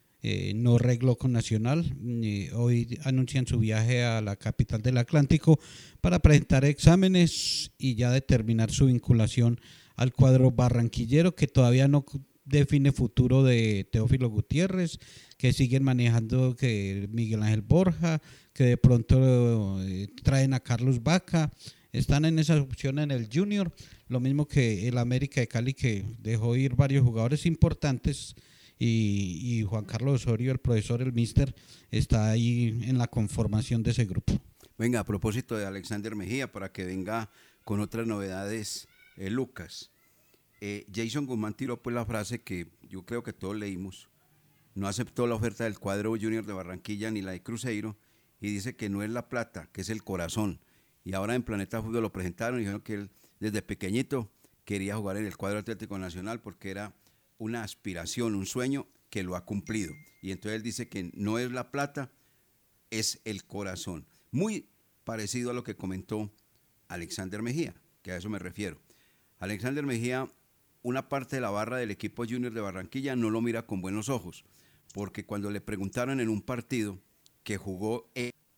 No arregló con Nacional. Hoy anuncian su viaje a la capital del Atlántico para presentar exámenes y ya determinar su vinculación al cuadro barranquillero, que todavía no define futuro de Teófilo Gutiérrez, que siguen manejando que Miguel Ángel Borja, que de pronto traen a Carlos Vaca. Están en esa opción en el Junior, lo mismo que el América de Cali, que dejó ir varios jugadores importantes. Y Juan Carlos Osorio, el profesor, el míster, está ahí en la conformación de ese grupo. Venga, a propósito de Alexander Mejía, para que venga con otras novedades, Lucas. Jason Guzmán tiró pues la frase que yo creo que todos leímos. No aceptó la oferta del cuadro Junior de Barranquilla ni la de Cruzeiro y dice que no es la plata, que es el corazón. Y ahora en Planeta Fútbol lo presentaron y dijeron que él desde pequeñito quería jugar en el cuadro Atlético Nacional porque era una aspiración, un sueño que lo ha cumplido. Y entonces él dice que no es la plata, es el corazón. Muy parecido a lo que comentó Alexander Mejía, que a eso me refiero. Alexander Mejía, una parte de la barra del equipo Junior de Barranquilla no lo mira con buenos ojos, porque cuando le preguntaron en un partido que jugó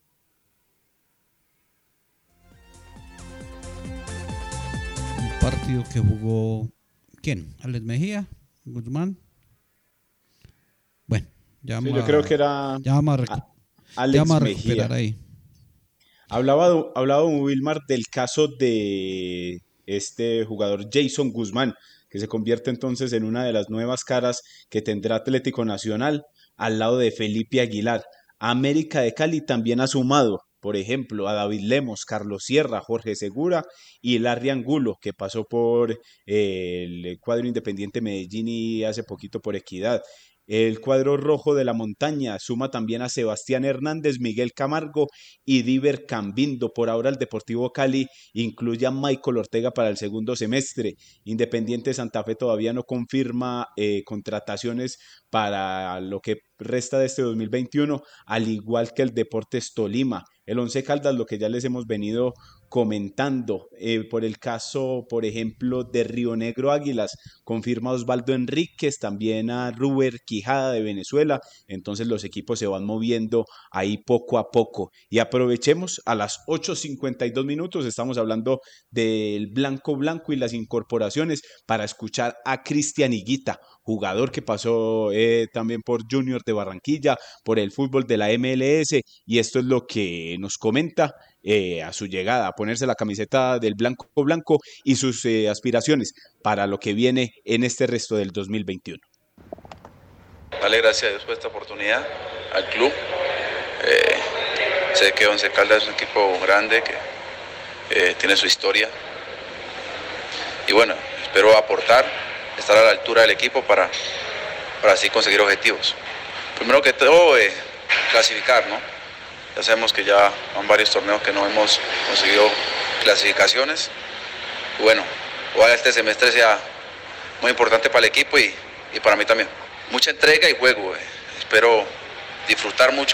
un partido que jugó ¿quién? Alex Mejía, Guzmán. Bueno, Llama, Sí, yo creo que era Alex llama a Mejía. recuperar ahí. Hablaba Wilmar del caso de este jugador Jason Guzmán, que se convierte entonces en una de las nuevas caras que tendrá Atlético Nacional al lado de Felipe Aguilar. América de Cali también ha sumado, por ejemplo, a David Lemos, Carlos Sierra, Jorge Segura y Larry Angulo, que pasó por el cuadro Independiente Medellín y hace poquito por Equidad. El cuadro rojo de la montaña suma también a Sebastián Hernández, Miguel Camargo y Diver Cambindo. Por ahora el Deportivo Cali incluye a Michael Ortega para el segundo semestre. Independiente Santa Fe todavía no confirma contrataciones para lo que resta de este 2021, al igual que el Deportes Tolima. El Once Caldas, lo que ya les hemos venido comentando, por el caso, por ejemplo, de Río Negro Águilas, confirma Osvaldo Enríquez, también a Ruber Quijada de Venezuela. Entonces los equipos se van moviendo ahí poco a poco. Y aprovechemos, a las 8:52 minutos, estamos hablando del Blanco y las incorporaciones, para escuchar a Cristian Higuita, jugador que pasó también por Junior de Barranquilla, por el fútbol de la MLS, y esto es lo que nos comenta a su llegada, a ponerse la camiseta del blanco y sus aspiraciones para lo que viene en este resto del 2021. Dale gracias a Dios por esta oportunidad, al club. Sé que Once Caldas es un equipo grande que tiene su historia, y bueno, espero aportar, estar a la altura del equipo para así conseguir objetivos. Primero que todo, clasificar, ¿no? Ya sabemos que ya van varios torneos que no hemos conseguido clasificaciones. Y bueno, ojalá este semestre sea muy importante para el equipo y para mí también. Mucha entrega y juego. Espero disfrutar mucho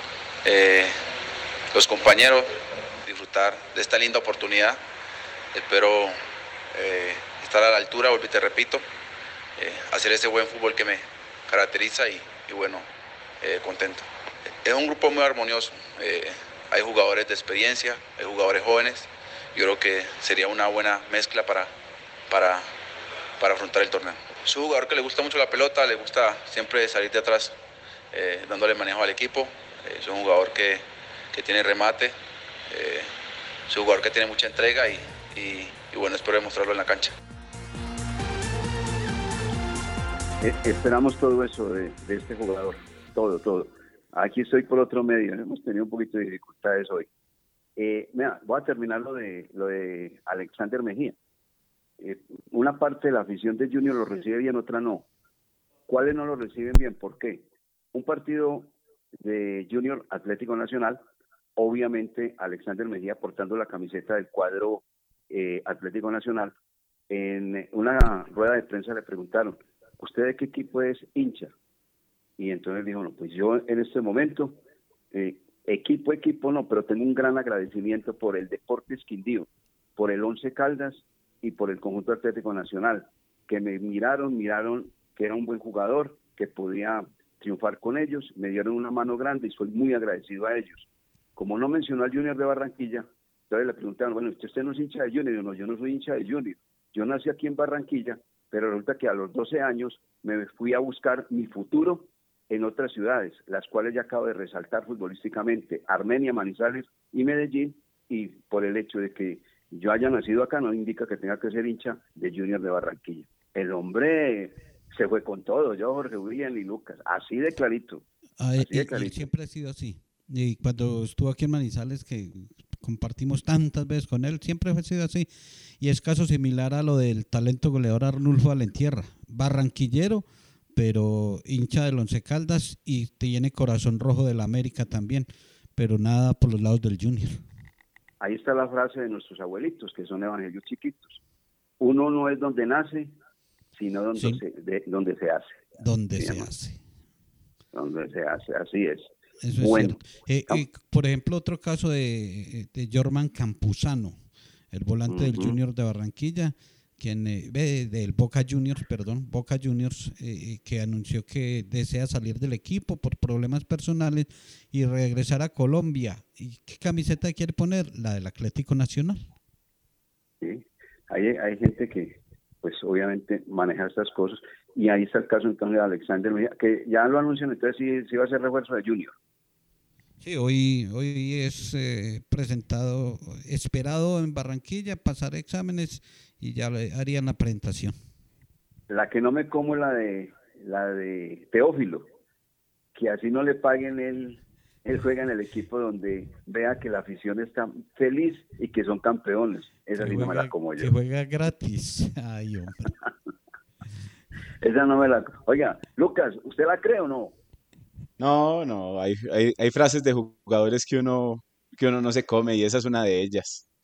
los compañeros, disfrutar de esta linda oportunidad. Espero estar a la altura, volví te repito, hacer ese buen fútbol que me caracteriza y bueno, contento. Es un grupo muy armonioso, hay jugadores de experiencia, hay jugadores jóvenes. Yo creo que sería una buena mezcla para afrontar el torneo. Es un jugador que le gusta mucho la pelota, le gusta siempre salir de atrás, dándole manejo al equipo. Es un jugador que tiene remate, es un jugador que tiene mucha entrega y bueno, espero demostrarlo en la cancha. Esperamos todo eso de este jugador, todo. Aquí estoy por otro medio, hemos tenido un poquito de dificultades hoy. Mira, voy a terminar lo de Alexander Mejía. Una parte de la afición de Junior lo recibe bien, otra no. ¿Cuáles no lo reciben bien? ¿Por qué? Un partido de Junior Atlético Nacional, obviamente Alexander Mejía portando la camiseta del cuadro Atlético Nacional. En una rueda de prensa le preguntaron, ¿usted de qué equipo es hincha? Y entonces dijo, no, pues yo en este momento, equipo no, pero tengo un gran agradecimiento por el Deportes Quindío, por el Once Caldas y por el conjunto Atlético Nacional, que me miraron que era un buen jugador, que podía triunfar con ellos, me dieron una mano grande y soy muy agradecido a ellos. Como no mencionó al Junior de Barranquilla, entonces le preguntaron, bueno, ¿usted no es hincha de Junior? No, yo no soy hincha de Junior. Yo nací aquí en Barranquilla, pero resulta que a los 12 años me fui a buscar mi futuro en otras ciudades, las cuales ya acabo de resaltar futbolísticamente, Armenia, Manizales y Medellín, y por el hecho de que yo haya nacido acá no indica que tenga que ser hincha de Junior de Barranquilla. El hombre se fue con todo, yo, Jorge William y Lucas, así de clarito. Él siempre ha sido así. Y cuando estuvo aquí en Manizales, que compartimos tantas veces con él, siempre ha sido así. Y es caso similar a lo del talento goleador Arnulfo Valentierra, barranquillero, pero hincha del Once Caldas y tiene corazón rojo del América también, pero nada por los lados del Junior. Ahí está la frase de nuestros abuelitos, que son evangelios chiquitos. Uno no es donde nace, sino donde, sí, donde se hace. Donde se hace. Donde se hace, así es. Eso bueno, es cierto. Por ejemplo, otro caso de Jorman Campuzano, el volante del Junior de Barranquilla, quien del Boca Juniors, que anunció que desea salir del equipo por problemas personales y regresar a Colombia. ¿Y qué camiseta quiere poner? La del Atlético Nacional. Sí, hay gente que pues obviamente maneja estas cosas Y ahí está el caso entonces de Alexander Mejía, que ya lo anuncian, entonces sí va a ser refuerzo de Junior. Sí, hoy es presentado, esperado en Barranquilla, pasar exámenes y ya harían la presentación. La que no me como es la de Teófilo, que así no le paguen él juega en el equipo donde vea que la afición está feliz y que son campeones. Esa sí no me la como yo. Que juega gratis. Ay, hombre. Esa no me la... Oiga, Lucas, ¿usted la cree o no? No, hay frases de jugadores que uno no se come y esa es una de ellas.